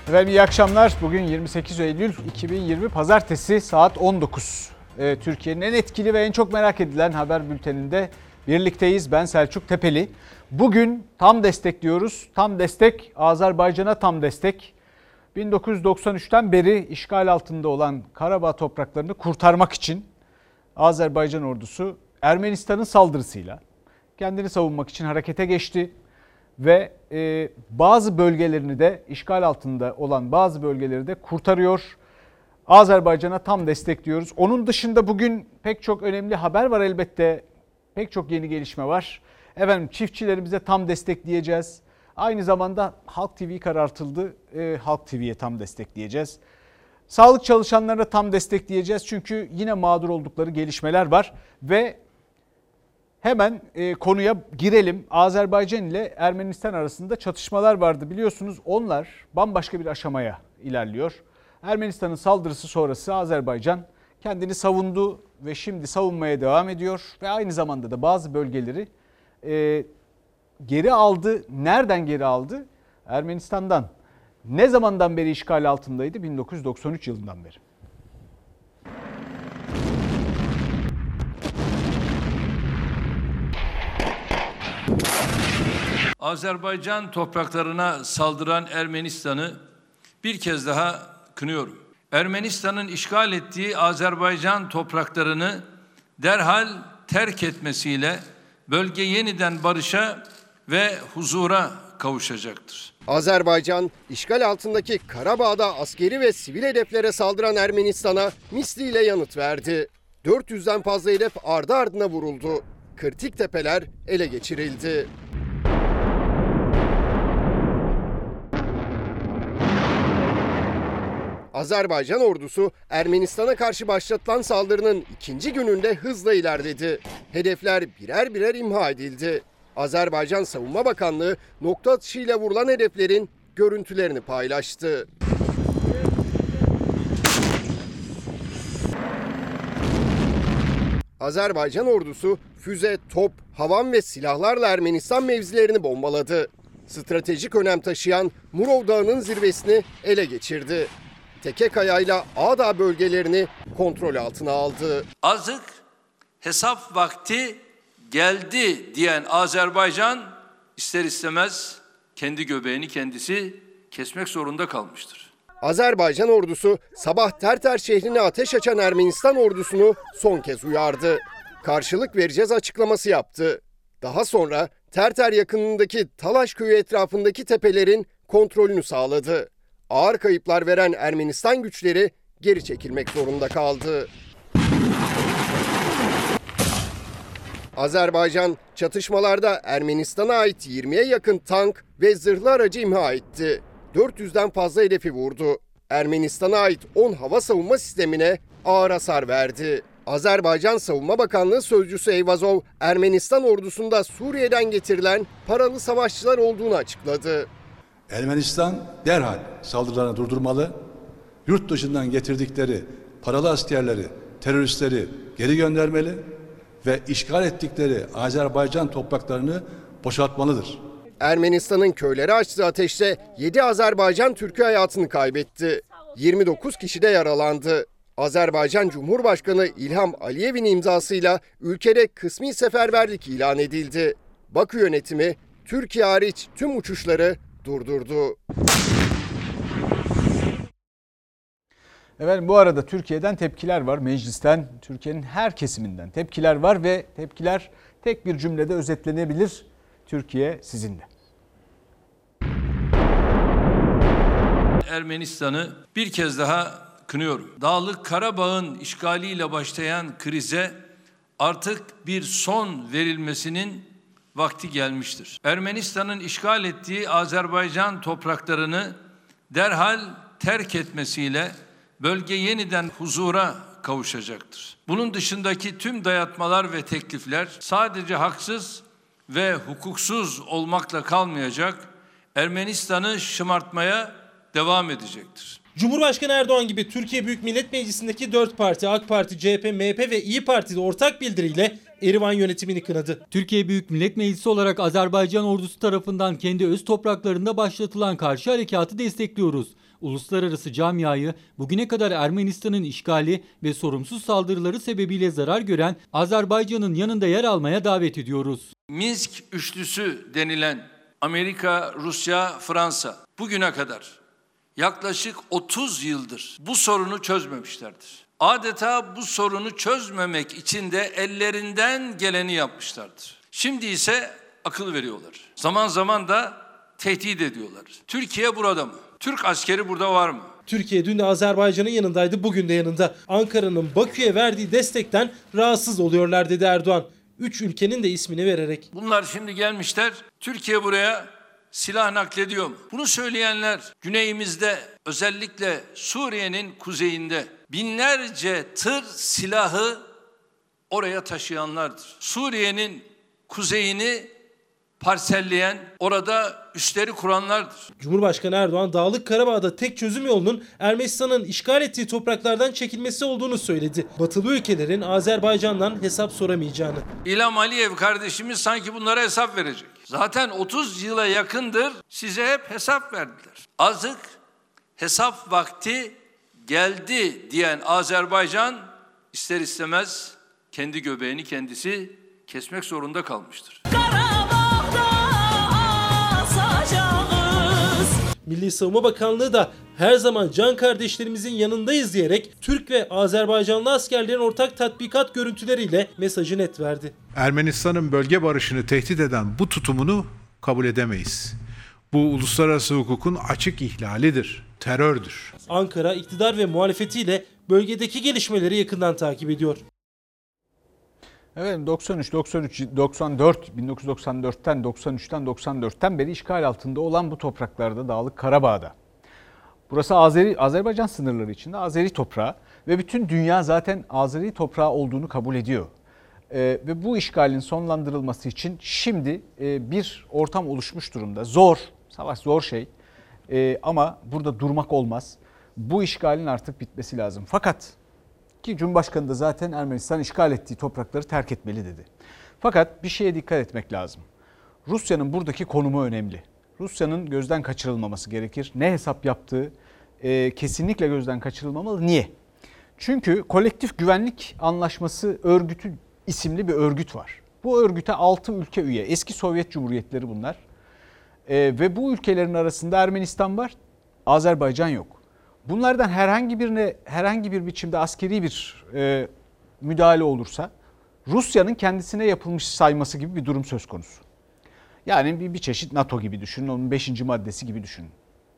Efendim iyi akşamlar. Bugün 28 Eylül 2020 Pazartesi saat 19. Türkiye'nin en etkili ve en çok merak edilen haber bülteninde birlikteyiz. Ben Selçuk Tepeli. Bugün tam destek diyoruz. Tam destek, Azerbaycan'a tam destek. 1993'ten beri işgal altında olan Karabağ topraklarını kurtarmak için Azerbaycan ordusu Ermenistan'ın saldırısıyla kendini savunmak için harekete geçti. Ve bazı bölgelerini de işgal altında olan bazı bölgeleri de kurtarıyor. Azerbaycan'a tam destekliyoruz. Onun dışında bugün pek çok önemli haber var elbette. Pek çok yeni gelişme var. Efendim çiftçilerimize tam destekleyeceğiz. Aynı zamanda Halk TV karartıldı. Halk TV'ye tam destekleyeceğiz. Sağlık çalışanlarına tam destekleyeceğiz. Çünkü yine mağdur oldukları gelişmeler var. Ve hemen konuya girelim. Azerbaycan ile Ermenistan arasında çatışmalar vardı biliyorsunuz. Onlar bambaşka bir aşamaya ilerliyor. Ermenistan'ın saldırısı sonrası Azerbaycan kendini savundu ve şimdi savunmaya devam ediyor. Ve aynı zamanda da bazı bölgeleri geri aldı. Nereden geri aldı? Ermenistan'dan. Ne zamandan beri işgal altındaydı? 1993 yılından beri. Azerbaycan topraklarına saldıran Ermenistan'ı bir kez daha kınıyorum. Ermenistan'ın işgal ettiği Azerbaycan topraklarını derhal terk etmesiyle bölge yeniden barışa ve huzura kavuşacaktır. Azerbaycan, işgal altındaki Karabağ'da askeri ve sivil hedeflere saldıran Ermenistan'a misliyle yanıt verdi. 400'den fazla hedef ardı ardına vuruldu. Kritik tepeler ele geçirildi. Azerbaycan ordusu Ermenistan'a karşı başlatılan saldırının ikinci gününde hızla ilerledi. Hedefler birer birer imha edildi. Azerbaycan Savunma Bakanlığı nokta atışıyla vurulan hedeflerin görüntülerini paylaştı. Azerbaycan ordusu füze, top, havan ve silahlarla Ermenistan mevzilerini bombaladı. Stratejik önem taşıyan Murov Dağı'nın zirvesini ele geçirdi. Tekekaya'yla Ağdağ bölgelerini kontrol altına aldı. Azık hesap vakti geldi diyen Azerbaycan ister istemez kendi göbeğini kendisi kesmek zorunda kalmıştır. Azerbaycan ordusu sabah Terter şehrine ateş açan Ermenistan ordusunu son kez uyardı. Karşılık vereceğiz açıklaması yaptı. Daha sonra Terter yakınındaki Talaş köyü etrafındaki tepelerin kontrolünü sağladı. Ağır kayıplar veren Ermenistan güçleri geri çekilmek zorunda kaldı. Azerbaycan çatışmalarda Ermenistan'a ait 20'ye yakın tank ve zırhlı aracı imha etti. 400'den fazla hedefi vurdu. Ermenistan'a ait 10 hava savunma sistemine ağır hasar verdi. Azerbaycan Savunma Bakanlığı Sözcüsü Eyvazov, Ermenistan ordusunda Suriye'den getirilen paralı savaşçılar olduğunu açıkladı. Ermenistan derhal saldırılarını durdurmalı, yurt dışından getirdikleri paralı askerleri, teröristleri geri göndermeli ve işgal ettikleri Azerbaycan topraklarını boşaltmalıdır. Ermenistan'ın köylere açtığı ateşte 7 Azerbaycan Türk'ü hayatını kaybetti. 29 kişi de yaralandı. Azerbaycan Cumhurbaşkanı İlham Aliyev'in imzasıyla ülkede kısmi seferberlik ilan edildi. Bakü yönetimi Türkiye hariç tüm uçuşları durdurdu. Efendim bu arada Türkiye'den tepkiler var. Meclisten, Türkiye'nin her kesiminden tepkiler var ve tepkiler tek bir cümlede özetlenebilir. Türkiye sizinle. Ermenistan'ı bir kez daha kınıyorum. Dağlık Karabağ'ın işgaliyle başlayan krize artık bir son verilmesinin vakti gelmiştir. Ermenistan'ın işgal ettiği Azerbaycan topraklarını derhal terk etmesiyle bölge yeniden huzura kavuşacaktır. Bunun dışındaki tüm dayatmalar ve teklifler sadece haksız ve hukuksuz olmakla kalmayacak, Ermenistan'ı şımartmaya devam edecektir. Cumhurbaşkanı Erdoğan gibi Türkiye Büyük Millet Meclisi'ndeki 4 parti AK Parti, CHP, MHP ve İYİ Parti'de ortak bildiriyle Erivan yönetimini kınadı. Türkiye Büyük Millet Meclisi olarak Azerbaycan ordusu tarafından kendi öz topraklarında başlatılan karşı harekatı destekliyoruz. Uluslararası camiayı bugüne kadar Ermenistan'ın işgali ve sorumsuz saldırıları sebebiyle zarar gören Azerbaycan'ın yanında yer almaya davet ediyoruz. Minsk üçlüsü denilen Amerika, Rusya, Fransa bugüne kadar yaklaşık 30 yıldır bu sorunu çözmemişlerdir. Adeta bu sorunu çözmemek için de ellerinden geleni yapmışlardır. Şimdi ise akıl veriyorlar. Zaman zaman da tehdit ediyorlar. Türkiye burada mı? Türk askeri burada var mı? Türkiye dün de Azerbaycan'ın yanındaydı, bugün de yanında. Ankara'nın Bakü'ye verdiği destekten rahatsız oluyorlar dedi Erdoğan. 3 ülkenin de ismini vererek. Bunlar şimdi gelmişler, Türkiye buraya silah naklediyor mu? Bunu söyleyenler güneyimizde, özellikle Suriye'nin kuzeyinde binlerce tır silahı oraya taşıyanlardır. Suriye'nin kuzeyini parselleyen, orada üsleri kuranlardır. Cumhurbaşkanı Erdoğan Dağlık Karabağ'da tek çözüm yolunun Ermenistan'ın işgal ettiği topraklardan çekilmesi olduğunu söyledi. Batılı ülkelerin Azerbaycan'dan hesap soramayacağını. İlham Aliyev kardeşimiz sanki bunlara hesap verecek. Zaten 30 yıla yakındır size hep hesap verdiler. Azık hesap vakti geldi diyen Azerbaycan ister istemez kendi göbeğini kendisi kesmek zorunda kalmıştır. Milli Savunma Bakanlığı da her zaman can kardeşlerimizin yanındayız diyerek Türk ve Azerbaycanlı askerlerin ortak tatbikat görüntüleriyle mesajı net verdi. Ermenistan'ın bölge barışını tehdit eden bu tutumunu kabul edemeyiz. Bu uluslararası hukukun açık ihlalidir, terördür. Ankara iktidar ve muhalefetiyle bölgedeki gelişmeleri yakından takip ediyor. Evet, 1994'ten 94'ten beri işgal altında olan bu topraklarda, Dağlık Karabağ'da. Burası Azerbaycan sınırları içinde Azeri toprağı ve bütün dünya zaten Azeri toprağı olduğunu kabul ediyor. Ve bu işgalin sonlandırılması için şimdi bir ortam oluşmuş durumda. Zor, savaş zor şey ama burada durmak olmaz. Bu işgalin artık bitmesi lazım. Fakat ki Cumhurbaşkanı da zaten Ermenistan işgal ettiği toprakları terk etmeli dedi. Fakat bir şeye dikkat etmek lazım. Rusya'nın buradaki konumu önemli. Rusya'nın gözden kaçırılmaması gerekir. Ne hesap yaptığı kesinlikle gözden kaçırılmamalı. Niye? Çünkü Kolektif Güvenlik Anlaşması Örgütü isimli bir örgüt var. Bu örgüte 6 ülke üye. Eski Sovyet Cumhuriyetleri bunlar. Ve bu ülkelerin arasında Ermenistan var, Azerbaycan yok. Bunlardan herhangi bir biçimde askeri bir müdahale olursa Rusya'nın kendisine yapılmış sayması gibi bir durum söz konusu. Yani bir çeşit NATO gibi düşünün, onun 5. maddesi gibi düşünün.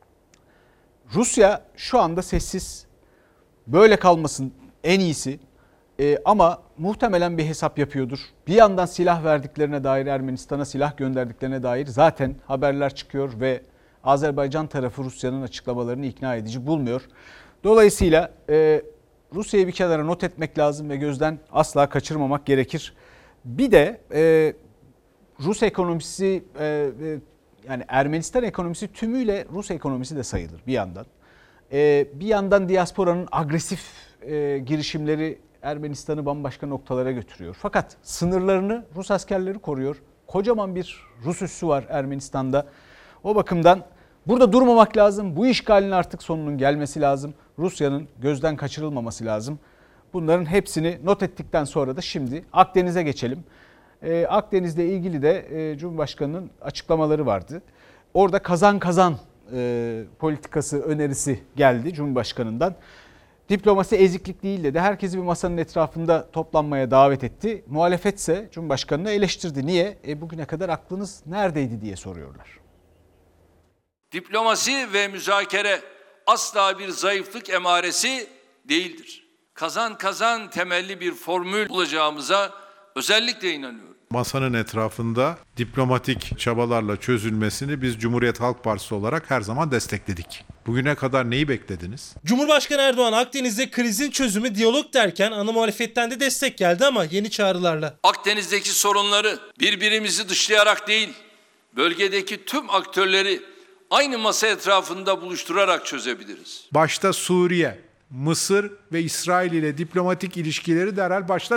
Rusya şu anda sessiz, böyle kalmasın en iyisi ama muhtemelen bir hesap yapıyordur. Bir yandan silah verdiklerine dair, Ermenistan'a silah gönderdiklerine dair zaten haberler çıkıyor ve Azerbaycan tarafı Rusya'nın açıklamalarını ikna edici bulmuyor. Dolayısıyla Rusya'yı bir kenara not etmek lazım ve gözden asla kaçırmamak gerekir. Bir de Rus ekonomisi yani Ermenistan ekonomisi tümüyle Rus ekonomisi de sayılır bir yandan. Bir yandan diasporanın agresif girişimleri Ermenistan'ı bambaşka noktalara götürüyor. Fakat sınırlarını Rus askerleri koruyor. Kocaman bir Rus üssü var Ermenistan'da. O bakımdan burada durmamak lazım. Bu işgalin artık sonunun gelmesi lazım. Rusya'nın gözden kaçırılmaması lazım. Bunların hepsini not ettikten sonra da şimdi Akdeniz'e geçelim. Akdeniz'le ilgili de Cumhurbaşkanı'nın açıklamaları vardı. Orada kazan kazan politikası önerisi geldi Cumhurbaşkanı'ndan. Diplomasi eziklik değil dedi. Herkesi bir masanın etrafında toplanmaya davet etti. Muhalefetse Cumhurbaşkanı'nı eleştirdi. Niye? Bugüne kadar aklınız neredeydi diye soruyorlar. Diplomasi ve müzakere asla bir zayıflık emaresi değildir. Kazan kazan temelli bir formül bulacağımıza özellikle inanıyorum. Masanın etrafında diplomatik çabalarla çözülmesini biz Cumhuriyet Halk Partisi olarak her zaman destekledik. Bugüne kadar neyi beklediniz? Cumhurbaşkanı Erdoğan Akdeniz'de krizin çözümü diyalog derken ana muhalefetten de destek geldi ama yeni çağrılarla. Akdeniz'deki sorunları birbirimizi dışlayarak değil, bölgedeki tüm aktörleri aynı masa etrafında buluşturarak çözebiliriz. Başta Suriye, Mısır ve İsrail ile diplomatik ilişkileri derhal başlatın.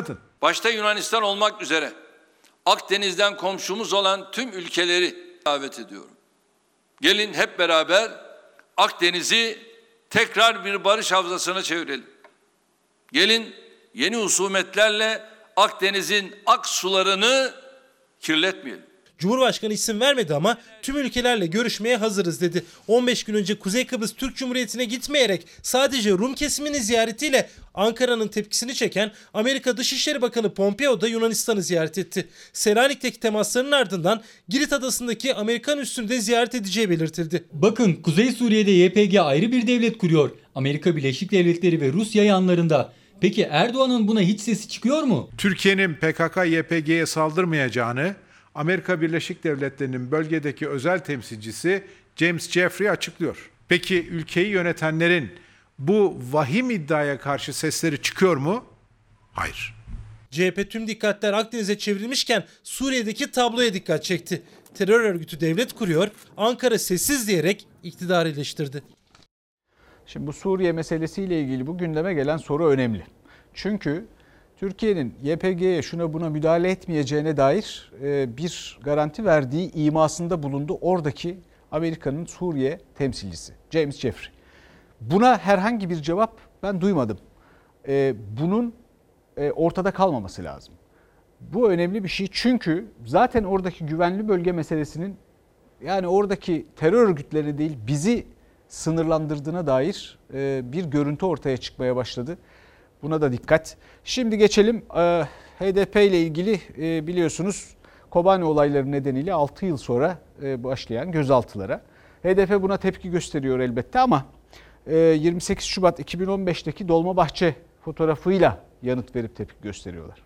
başta Yunanistan olmak üzere Akdeniz'den komşumuz olan tüm ülkeleri davet ediyorum. Gelin hep beraber Akdeniz'i tekrar bir barış havzasına çevirelim. Gelin yeni husumetlerle Akdeniz'in aksularını kirletmeyelim. Cumhurbaşkanı isim vermedi ama tüm ülkelerle görüşmeye hazırız dedi. 15 gün önce Kuzey Kıbrıs Türk Cumhuriyeti'ne gitmeyerek sadece Rum kesimini ziyaretiyle Ankara'nın tepkisini çeken Amerika Dışişleri Bakanı Pompeo da Yunanistan'ı ziyaret etti. Selanik'teki temasların ardından Girit Adası'ndaki Amerikan üssünü de ziyaret edeceği belirtildi. Bakın Kuzey Suriye'de YPG ayrı bir devlet kuruyor. Amerika Birleşik Devletleri ve Rusya yanlarında. Peki Erdoğan'ın buna hiç sesi çıkıyor mu? Türkiye'nin PKK-YPG'ye saldırmayacağını Amerika Birleşik Devletleri'nin bölgedeki özel temsilcisi James Jeffrey açıklıyor. Peki ülkeyi yönetenlerin bu vahim iddiaya karşı sesleri çıkıyor mu? Hayır. CHP tüm dikkatler Akdeniz'e çevrilmişken Suriye'deki tabloya dikkat çekti. Terör örgütü devlet kuruyor, Ankara sessiz diyerek iktidarı eleştirdi. Şimdi bu Suriye meselesiyle ilgili bu gündeme gelen soru önemli. Çünkü Türkiye'nin YPG'ye şuna buna müdahale etmeyeceğine dair bir garanti verdiği imasında bulundu oradaki Amerika'nın Suriye temsilcisi James Jeffrey. Buna herhangi bir cevap ben duymadım. Bunun ortada kalmaması lazım. Bu önemli bir şey çünkü zaten oradaki güvenli bölge meselesinin yani oradaki terör örgütleri değil bizi sınırlandırdığına dair bir görüntü ortaya çıkmaya başladı. Buna da dikkat. Şimdi geçelim HDP ile ilgili biliyorsunuz Kobani olayları nedeniyle 6 yıl sonra başlayan gözaltılara. HDP buna tepki gösteriyor elbette ama 28 Şubat 2015'teki Dolmabahçe fotoğrafıyla yanıt verip tepki gösteriyorlar.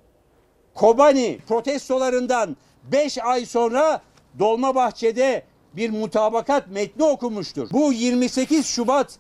Kobani protestolarından 5 ay sonra Dolmabahçe'de bir mutabakat metni okumuştur. Bu 28 Şubat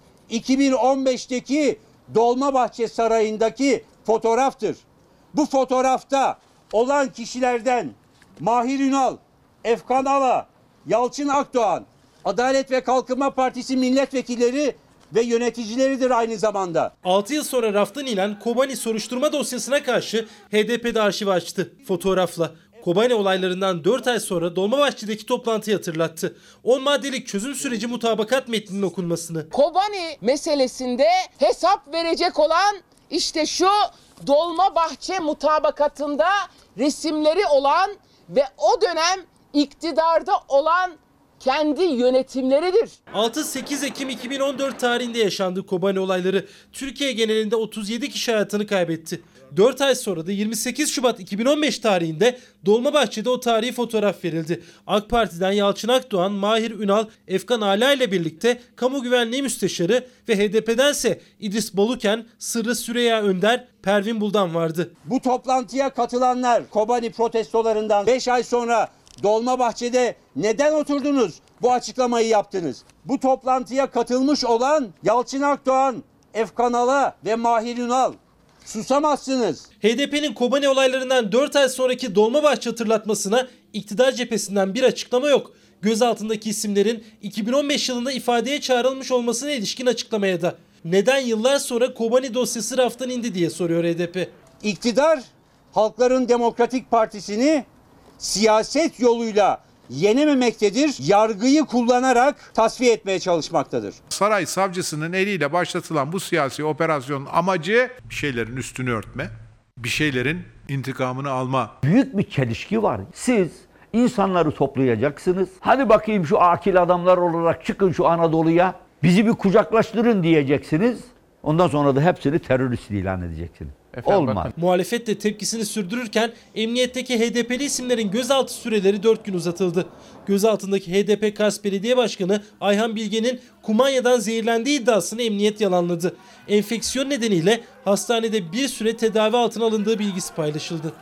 2015'teki Dolmabahçe Sarayı'ndaki fotoğraftır. Bu fotoğrafta olan kişilerden Mahir Ünal, Efkan Ala, Yalçın Akdoğan, Adalet ve Kalkınma Partisi milletvekilleri ve yöneticileridir aynı zamanda. 6 yıl sonra raftan inen Kobani soruşturma dosyasına karşı HDP'de arşiv açtı fotoğrafla. Kobani olaylarından 4 ay sonra Dolmabahçe'deki toplantıyı hatırlattı. 10 maddelik çözüm süreci mutabakat metninin okunmasını. Kobani meselesinde hesap verecek olan işte şu Dolmabahçe mutabakatında resimleri olan ve o dönem iktidarda olan kendi yönetimleridir. 6-8 Ekim 2014 tarihinde yaşandı Kobani olayları. Türkiye genelinde 37 kişi hayatını kaybetti. 4 ay sonra da 28 Şubat 2015 tarihinde Dolmabahçe'de o tarihi fotoğraf verildi. AK Parti'den Yalçın Akdoğan, Mahir Ünal, Efkan Ala ile birlikte Kamu Güvenliği Müsteşarı ve HDP'dense İdris Baluken, Sırrı Süreyya Önder, Pervin Buldan vardı. Bu toplantıya katılanlar Kobani protestolarından 5 ay sonra Dolmabahçe'de neden oturdunuz? Bu açıklamayı yaptınız. Bu toplantıya katılmış olan Yalçın Akdoğan, Efkan Ala ve Mahir Ünal. Susamazsınız. HDP'nin Kobani olaylarından 4 ay sonraki Dolmabahçe hatırlatmasına iktidar cephesinden bir açıklama yok. Gözaltındaki isimlerin 2015 yılında ifadeye çağrılmış olmasına ilişkin açıklamaya da. Neden yıllar sonra Kobani dosyası raftan indi diye soruyor HDP. İktidar Halkların Demokratik Partisi'ni siyaset yoluyla yenememektedir. Yargıyı kullanarak tasfiye etmeye çalışmaktadır. Saray savcısının eliyle başlatılan bu siyasi operasyonun amacı bir şeylerin üstünü örtme, bir şeylerin intikamını alma. Büyük bir çelişki var. Siz insanları toplayacaksınız. Hadi bakayım şu akil adamlar olarak çıkın şu Anadolu'ya. Bizi bir kucaklaştırın diyeceksiniz. Ondan sonra da hepsini terörist ilan edeceksiniz. Olmaz. Muhalefet de tepkisini sürdürürken emniyetteki HDP'li isimlerin gözaltı süreleri 4 gün uzatıldı. Gözaltındaki HDP Kars Belediye Başkanı Ayhan Bilge'nin kumanyadan zehirlendiği iddiasını emniyet yalanladı. Enfeksiyon nedeniyle hastanede bir süre tedavi altına alındığı bilgisi paylaşıldı.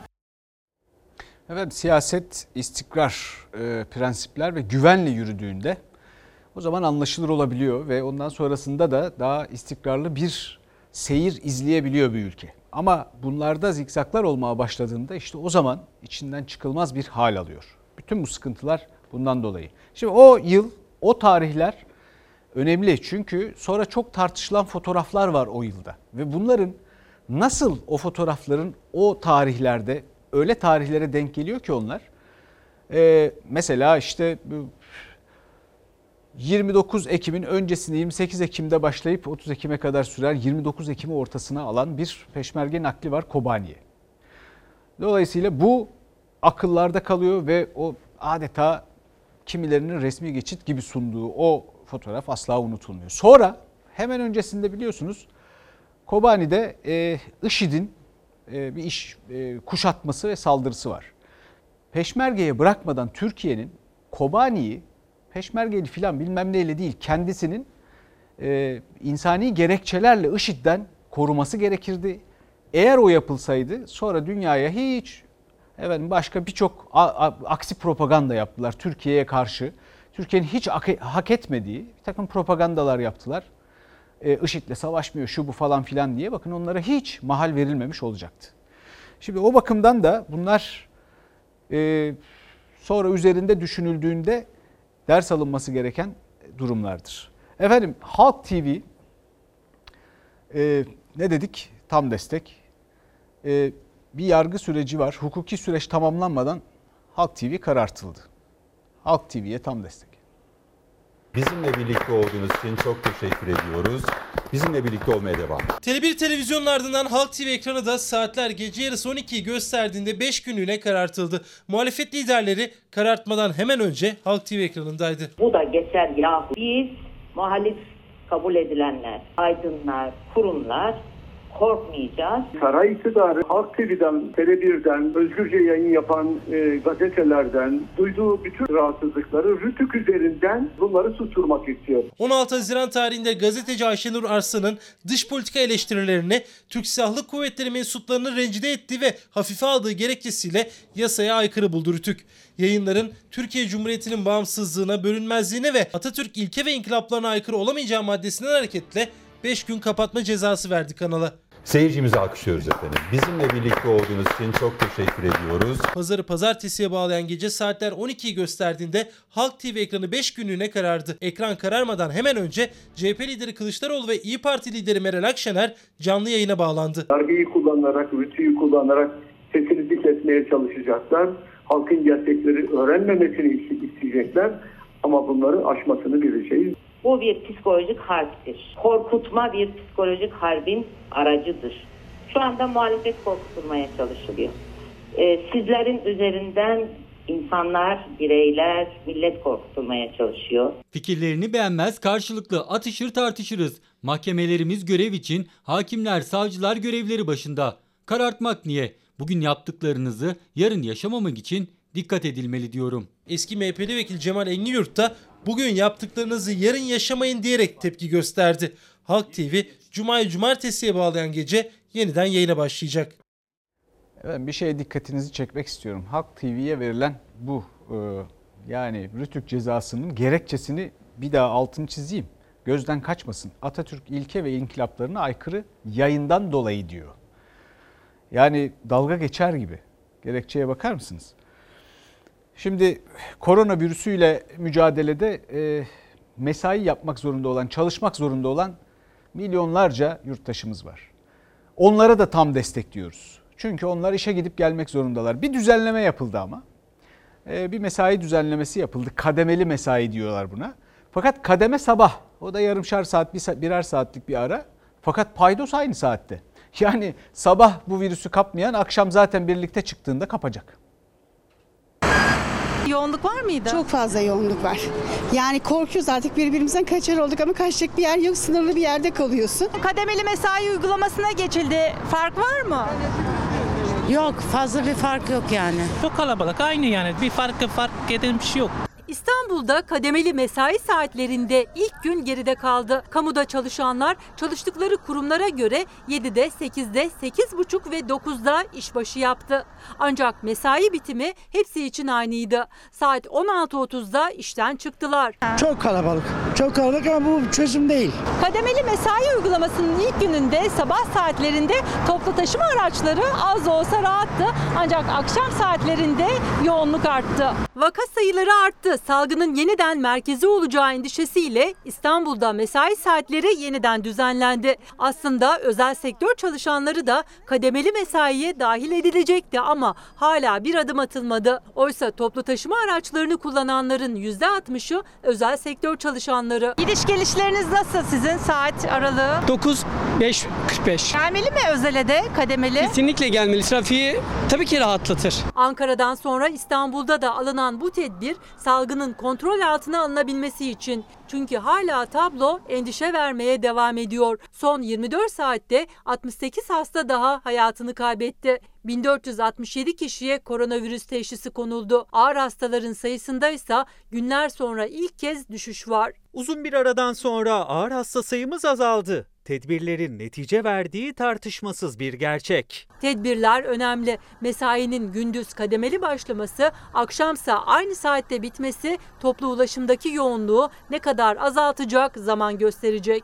Evet, siyaset, istikrar, prensipler ve güvenle yürüdüğünde o zaman anlaşılır olabiliyor ve ondan sonrasında da daha istikrarlı bir seyir izleyebiliyor bir ülke. Ama bunlarda zikzaklar olmaya başladığında işte o zaman içinden çıkılmaz bir hal alıyor. Bütün bu sıkıntılar bundan dolayı. Şimdi o yıl, o tarihler önemli çünkü sonra çok tartışılan fotoğraflar var o yılda. Ve bunların nasıl o fotoğrafların o tarihlerde öyle tarihlere denk geliyor ki onlar. Mesela işte 29 Ekim'in öncesinde 28 Ekim'de başlayıp 30 Ekim'e kadar sürer 29 Ekim'i ortasına alan bir peşmerge nakli var Kobani'ye. Dolayısıyla bu akıllarda kalıyor ve o adeta kimilerinin resmi geçit gibi sunduğu o fotoğraf asla unutulmuyor. Sonra hemen öncesinde biliyorsunuz Kobani'de IŞİD'in bir kuşatması ve saldırısı var. Peşmergeye bırakmadan Türkiye'nin Kobani'yi peşmergeli filan bilmem neyle değil kendisinin insani gerekçelerle IŞİD'den koruması gerekirdi. Eğer o yapılsaydı sonra dünyaya hiç başka birçok aksi propaganda yaptılar Türkiye'ye karşı. Türkiye'nin hiç hak etmediği bir takım propagandalar yaptılar. IŞİD'le savaşmıyor şu bu falan filan diye bakın onlara hiç mahal verilmemiş olacaktı. Şimdi o bakımdan da bunlar sonra üzerinde düşünüldüğünde ders alınması gereken durumlardır. Efendim Halk TV ne dedik? Tam destek. Bir yargı süreci var. Hukuki süreç tamamlanmadan Halk TV karartıldı. Halk TV'ye tam destek. Bizimle birlikte olduğunuz için çok teşekkür ediyoruz. Bizimle birlikte olmaya devam edin. Tele1 televizyonun ardından Halk TV ekranı da saatler gece yarısı 12'yi gösterdiğinde 5 günlüğüne karartıldı. Muhalefet liderleri karartmadan hemen önce Halk TV ekranındaydı. Bu da geçer yahu. Biz muhalif kabul edilenler, aydınlar, kurumlar korkmayacağız. Saray iktidarı Halk TV'den, Tele1'den, özgürce yayın yapan gazetelerden duyduğu bütün rahatsızlıkları Rütük üzerinden bunları susturmak istiyor. 16 Haziran tarihinde gazeteci Ayşenur Arslan'ın dış politika eleştirilerini Türk Silahlı Kuvvetleri mensuplarını rencide ettiği ve hafife aldığı gerekçesiyle yasaya aykırı buldu Rütük. Yayınların Türkiye Cumhuriyeti'nin bağımsızlığına, bölünmezliğine ve Atatürk ilke ve inkılaplarına aykırı olamayacağı maddesinden hareketle 5 gün kapatma cezası verdi kanala. Seyircimizi alkışlıyoruz efendim. Bizimle birlikte olduğunuz için çok teşekkür ediyoruz. Pazarı pazartesiye bağlayan gece saatler 12'yi gösterdiğinde Halk TV ekranı 5 günlüğüne karardı. Ekran kararmadan hemen önce CHP lideri Kılıçdaroğlu ve İYİ Parti lideri Meral Akşener canlı yayına bağlandı. Darbeyi kullanarak, rütüyü kullanarak sesini dikletmeye çalışacaklar. Halkın gerçekleri öğrenmemesini isteyecekler ama bunları aşmasını bileceğiz. Bu bir psikolojik harptir. Korkutma bir psikolojik harbin aracıdır. Şu anda muhalefet korkutulmaya çalışılıyor. Sizlerin üzerinden insanlar, bireyler, millet korkutulmaya çalışıyor. Fikirlerini beğenmez, karşılıklı atışır tartışırız. Mahkemelerimiz görev için, hakimler, savcılar görevleri başında. Karartmak niye? Bugün yaptıklarınızı yarın yaşamamak için dikkat edilmeli diyorum. Eski MHP'li vekil Cemal Engiyurt da bugün yaptıklarınızı yarın yaşamayın diyerek tepki gösterdi. Halk TV Cuma'yı cumartesiye bağlayan gece yeniden yayına başlayacak. Ben bir şeye dikkatinizi çekmek istiyorum. Halk TV'ye verilen bu yani Rütük cezasının gerekçesini bir daha altını çizeyim. Gözden kaçmasın. Atatürk ilke ve inkılaplarına aykırı yayından dolayı diyor. Yani dalga geçer gibi. Gerekçeye bakar mısınız? Şimdi koronavirüsüyle mücadelede mesai yapmak zorunda olan, çalışmak zorunda olan milyonlarca yurttaşımız var. Onlara da tam destekliyoruz. Çünkü onlar işe gidip gelmek zorundalar. Bir düzenleme yapıldı ama. Bir mesai düzenlemesi yapıldı. Kademeli mesai diyorlar buna. Fakat kademe sabah. O da yarımşar saat, birer saatlik bir ara. Fakat paydos aynı saatte. Yani sabah bu virüsü kapmayan akşam zaten birlikte çıktığında kapacak. Yoğunluk var mıydı? Çok fazla yoğunluk var. Yani korkuyoruz artık birbirimizden kaçar olduk ama kaçacak bir yer yok. Sınırlı bir yerde kalıyorsun. Kademeli mesai uygulamasına geçildi. Fark var mı? Yok, fazla bir fark yok yani. Çok kalabalık, aynı yani. Bir fark eden bir şey yok. İstanbul'da kademeli mesai saatlerinde ilk gün geride kaldı. Kamuda çalışanlar çalıştıkları kurumlara göre 7'de, 8'de, 8.30 ve 9'da işbaşı yaptı. Ancak mesai bitimi hepsi için aynıydı. Saat 16.30'da işten çıktılar. Çok kalabalık. Çok kalabalık ama bu çözüm değil. Kademeli mesai uygulamasının ilk gününde sabah saatlerinde toplu taşıma araçları az da olsa rahattı. Ancak akşam saatlerinde yoğunluk arttı. Vaka sayıları arttı. salgının yeniden merkezi olacağı endişesiyle İstanbul'da mesai saatleri yeniden düzenlendi. Aslında özel sektör çalışanları da kademeli mesaiye dahil edilecekti ama hala bir adım atılmadı. Oysa toplu taşıma araçlarını kullananların %60'ı özel sektör çalışanları. Gidiş gelişleriniz nasıl sizin saat aralığı? 9-5-45. Gelmeli mi özele de kademeli? Kesinlikle gelmeli. Trafiği tabii ki rahatlatır. Ankara'dan sonra İstanbul'da da alınan bu tedbir salgının kontrol altına alınabilmesi için. Çünkü hala tablo endişe vermeye devam ediyor. Son 24 saatte 68 hasta daha hayatını kaybetti. 1467 kişiye koronavirüs teşhisi konuldu. Ağır hastaların sayısında ise günler sonra ilk kez düşüş var. Uzun bir aradan sonra ağır hasta sayımız azaldı. Tedbirlerin netice verdiği tartışmasız bir gerçek. Tedbirler önemli. Mesainin gündüz kademeli başlaması, akşamsa aynı saatte bitmesi toplu ulaşımdaki yoğunluğu ne kadar azaltacak zaman gösterecek.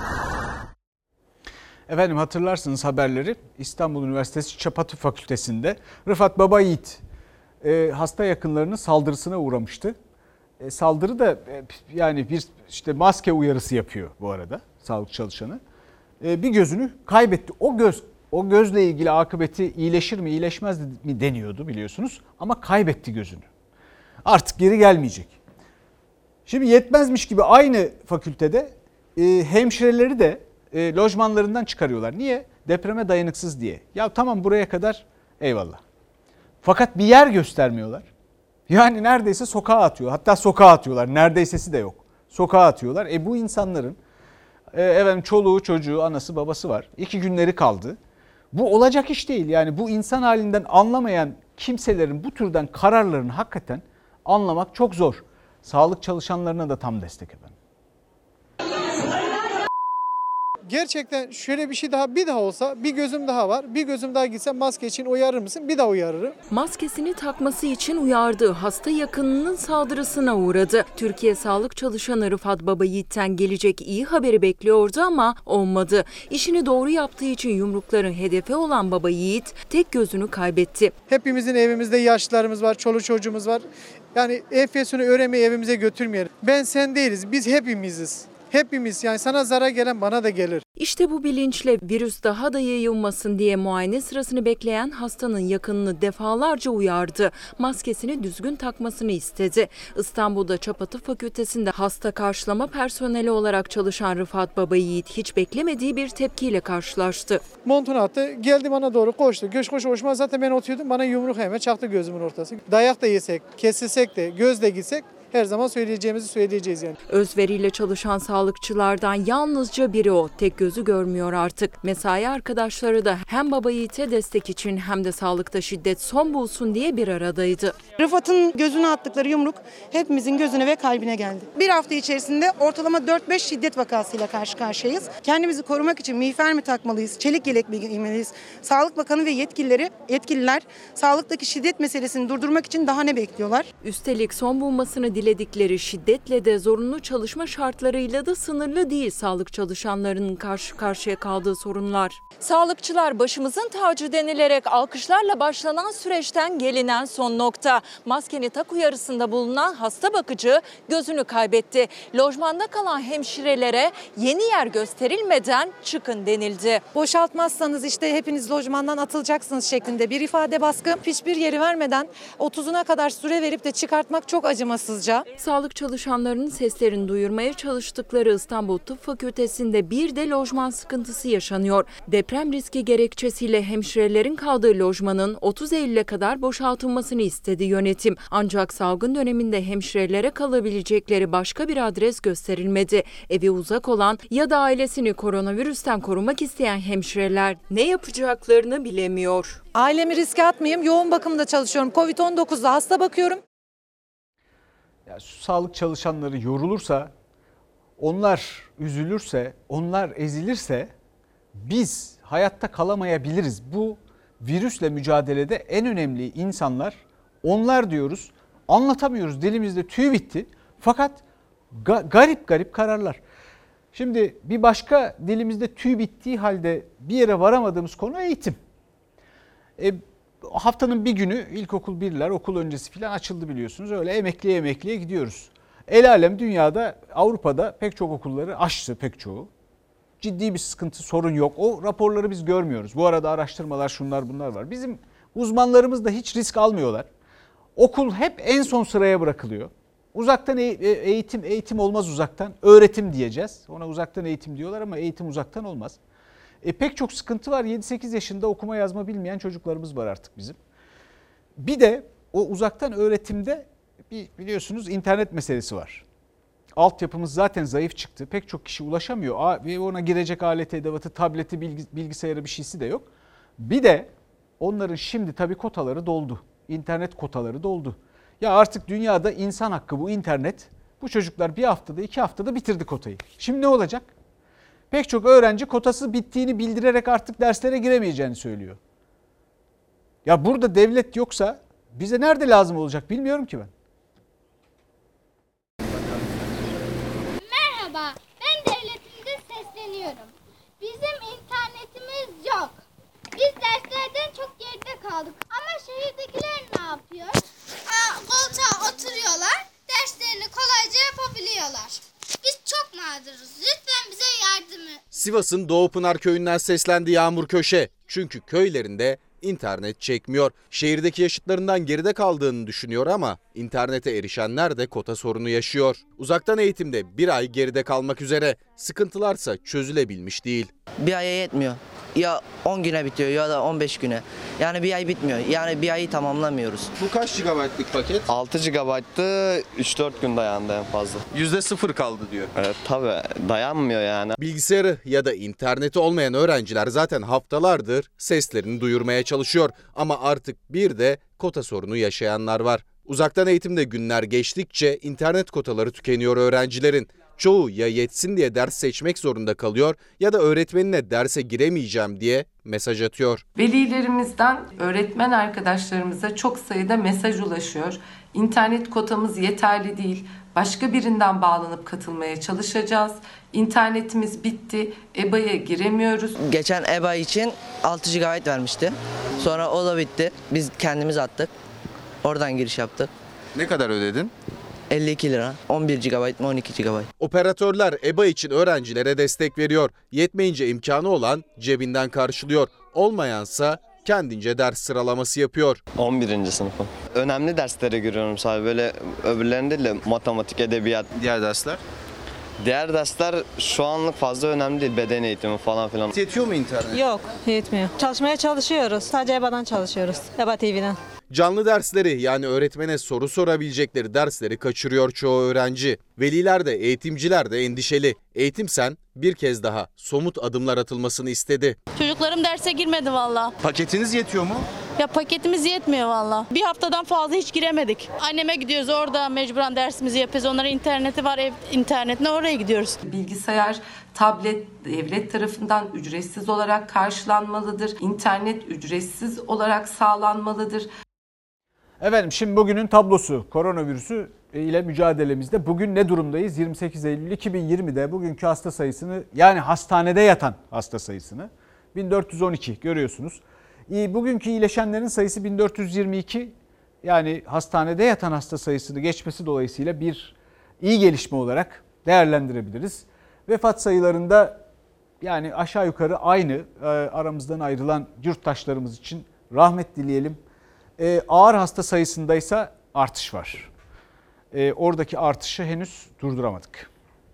Efendim hatırlarsınız haberleri. İstanbul Üniversitesi Çapa Tıp Fakültesi'nde Rıfat Babayiğit hasta yakınlarının saldırısına uğramıştı. Saldırı da yani bir işte maske uyarısı yapıyor bu arada sağlık çalışanı. Bir gözünü kaybetti. O gözle ilgili akıbeti iyileşir mi iyileşmez mi deniyordu biliyorsunuz ama kaybetti gözünü. Artık geri gelmeyecek. Şimdi yetmezmiş gibi aynı fakültede hemşireleri de lojmanlarından çıkarıyorlar. Niye? Depreme dayanıksız diye. Ya tamam buraya kadar eyvallah. Fakat bir yer göstermiyorlar. Yani neredeyse sokağa atıyor. Hatta sokağa atıyorlar. Neredeysesi de yok. Sokağa atıyorlar. Bu insanların çoluğu çocuğu anası babası var. 2 günleri kaldı. Bu olacak iş değil. Yani bu insan halinden anlamayan kimselerin bu türden kararlarını hakikaten anlamak çok zor. Sağlık çalışanlarına da tam destek efendim. Gerçekten şöyle bir şey bir daha olsa bir gözüm daha var. Bir gözüm daha gitse maske için uyarır mısın? Bir daha uyarırım. Maskesini takması için uyardı. Hasta yakınının saldırısına uğradı. Türkiye sağlık çalışanı Rıfat Babayiğit'ten gelecek iyi haberi bekliyordu ama olmadı. İşini doğru yaptığı için yumrukların hedefi olan Babayiğit tek gözünü kaybetti. Hepimizin evimizde yaşlılarımız var, çoluk çocuğumuz var. Yani enfeksiyonu öğrenmeyi evimize götürmeyelim. Ben sen değiliz, biz hepimiziz. Hepimiz yani sana zarar gelen bana da gelir. İşte bu bilinçle virüs daha da yayılmasın diye muayene sırasını bekleyen hastanın yakınını defalarca uyardı. Maskesini düzgün takmasını istedi. İstanbul'da Çapa Tıp Fakültesi'nde hasta karşılama personeli olarak çalışan Rıfat Babayiğit hiç beklemediği bir tepkiyle karşılaştı. Montunu attı, geldi bana doğru koştu. Koşma zaten ben oturuyordum, bana yumruk hemen çaktı gözümün ortası. Dayak da yesek, kesilsek de, gözle gitsek her zaman söyleyeceğimizi söyleyeceğiz yani. Özveriyle çalışan sağlıkçılardan yalnızca biri o. Tek gözü görmüyor artık. Mesai arkadaşları da hem Babayiğit'e destek için hem de sağlıkta şiddet son bulsun diye bir aradaydı. Rıfat'ın gözüne attıkları yumruk hepimizin gözüne ve kalbine geldi. Bir hafta içerisinde ortalama 4-5 şiddet vakasıyla karşı karşıyayız. Kendimizi korumak için miğfer mi takmalıyız, çelik yelek mi giymeliyiz? Sağlık Bakanı ve yetkililer sağlıktaki şiddet meselesini durdurmak için daha ne bekliyorlar? Üstelik son bulmasını diledikleri şiddetle de zorunlu çalışma şartlarıyla da sınırlı değil sağlık çalışanlarının karşı karşıya kaldığı sorunlar. Sağlıkçılar başımızın tacı denilerek alkışlarla başlanan süreçten gelinen son nokta. Maskeni tak uyarısında bulunan hasta bakıcı gözünü kaybetti. Lojmanda kalan hemşirelere yeni yer gösterilmeden çıkın denildi. Boşaltmazsanız işte hepiniz lojmandan atılacaksınız şeklinde bir ifade baskı. Hiçbir yeri vermeden 30'una kadar süre verip de çıkartmak çok acımasızca. Sağlık çalışanlarının seslerini duyurmaya çalıştıkları İstanbul Tıp Fakültesi'nde bir de lojman sıkıntısı yaşanıyor. Deprem riski gerekçesiyle hemşirelerin kaldığı lojmanın 30 Eylül'e kadar boşaltılmasını istedi yönetim. Ancak salgın döneminde hemşirelere kalabilecekleri başka bir adres gösterilmedi. Evi uzak olan ya da ailesini koronavirüsten korumak isteyen hemşireler ne yapacaklarını bilemiyor. Ailemi riske atmayayım, yoğun bakımda çalışıyorum. Covid-19'da hasta bakıyorum. Ya, sağlık çalışanları yorulursa, onlar üzülürse, onlar ezilirse biz hayatta kalamayabiliriz. Bu virüsle mücadelede en önemli insanlar onlar diyoruz. Anlatamıyoruz, dilimizde tüy bitti. Fakat garip kararlar. Şimdi bir başka dilimizde tüy bittiği halde bir yere varamadığımız konu eğitim. haftanın bir günü ilkokul 1'ler okul öncesi falan açıldı biliyorsunuz. Öyle emekliye gidiyoruz. El alem dünyada, Avrupa'da pek çok okulları açtı, pek çoğu. Ciddi bir sıkıntı, sorun yok. O raporları biz görmüyoruz. Bu arada araştırmalar, şunlar bunlar var. Bizim uzmanlarımız da hiç risk almıyorlar. Okul hep en son sıraya bırakılıyor. Uzaktan eğitim olmaz uzaktan. Öğretim diyeceğiz. Ona uzaktan eğitim diyorlar ama eğitim uzaktan olmaz. Pek çok sıkıntı var. 7-8 yaşında okuma yazma bilmeyen çocuklarımız var artık bizim. Bir de o uzaktan öğretimde biliyorsunuz internet meselesi var. Altyapımız zaten zayıf çıktı. Pek çok kişi ulaşamıyor. Ve ona girecek aleti, edevatı, tableti, bilgisayarı bir şeysi de yok. Bir de onların şimdi tabii kotaları doldu. İnternet kotaları doldu. Ya artık dünyada insan hakkı bu internet. Bu çocuklar bir haftada 2 haftada bitirdi kotayı. Şimdi ne olacak? Pek çok öğrenci kotası bittiğini bildirerek artık derslere giremeyeceğini söylüyor. Ya burada devlet yoksa bize nerede lazım olacak bilmiyorum ki ben. Merhaba, ben devletimize sesleniyorum. Bizim internetimiz yok. Biz derslerden çok geride kaldık. Ama şehirdekiler ne yapıyor? Koltuğa oturuyorlar, derslerini kolayca yapabiliyorlar. Biz çok mağduruz. Lütfen bize yardımı. Sivas'ın Doğupınar köyünden seslendi Yağmur Köşe. Çünkü köylerinde internet çekmiyor. Şehirdeki yaşıtlarından geride kaldığını düşünüyor ama internete erişenler de kota sorunu yaşıyor. Uzaktan eğitimde bir ay geride kalmak üzere. Sıkıntılarsa çözülebilmiş değil. Bir aya yetmiyor. Ya 10 güne bitiyor ya da 15 güne. Yani bir ay bitmiyor. Yani bir ayı tamamlamıyoruz. Bu kaç GB'lık paket? 6 GB'tı 3-4 gün dayandı en fazla. %0 kaldı diyor. Evet tabii dayanmıyor yani. Bilgisayarı ya da interneti olmayan öğrenciler zaten haftalardır seslerini duyurmaya çalışıyor. Ama artık bir de kota sorunu yaşayanlar var. Uzaktan eğitimde günler geçtikçe internet kotaları tükeniyor öğrencilerin. Çoğu ya yetsin diye ders seçmek zorunda kalıyor ya da öğretmenine derse giremeyeceğim diye mesaj atıyor. Velilerimizden öğretmen arkadaşlarımıza çok sayıda mesaj ulaşıyor. İnternet kotamız yeterli değil. Başka birinden bağlanıp katılmaya çalışacağız. İnternetimiz bitti. EBA'ya giremiyoruz. Geçen EBA için 6 GB vermişti. Sonra o da bitti. Biz kendimiz attık. Oradan giriş yaptık. Ne kadar ödedin? 52 lira. 11 GB mı 12 GB. Operatörler EBA için öğrencilere destek veriyor. Yetmeyince imkanı olan cebinden karşılıyor. Olmayansa kendince ders sıralaması yapıyor. 11. sınıfım. Önemli derslere giriyorum sadece böyle öbürlerinde de matematik, edebiyat. Diğer dersler? Diğer dersler şu anlık fazla önemli değil. Beden eğitimi falan filan. Yetiyor mu internet? Yok, yetmiyor. Çalışmaya çalışıyoruz. Sadece EBA'dan çalışıyoruz. EBA TV'den. Canlı dersleri yani öğretmene soru sorabilecekleri dersleri kaçırıyor çoğu öğrenci. Veliler de eğitimciler de endişeli. Eğitim Sen bir kez daha somut adımlar atılmasını istedi. Çocuklarım derse girmedi valla. Paketiniz yetiyor mu? Ya paketimiz yetmiyor valla. Bir haftadan fazla hiç giremedik. Anneme gidiyoruz, orada mecburen dersimizi yapıyoruz. Onların interneti var, ev internetine oraya gidiyoruz. Bilgisayar, tablet devlet tarafından ücretsiz olarak karşılanmalıdır. İnternet ücretsiz olarak sağlanmalıdır. Efendim şimdi bugünün tablosu koronavirüsü ile mücadelemizde bugün ne durumdayız? 28 Eylül 2020'de bugünkü hasta sayısını yani hastanede yatan hasta sayısını 1412 görüyorsunuz. Bugünkü iyileşenlerin sayısı 1422 yani hastanede yatan hasta sayısını geçmesi dolayısıyla bir iyi gelişme olarak değerlendirebiliriz. Vefat sayılarında yani aşağı yukarı aynı aramızdan ayrılan yurttaşlarımız için rahmet dileyelim. Ağır hasta sayısındaysa artış var. Oradaki artışı henüz durduramadık.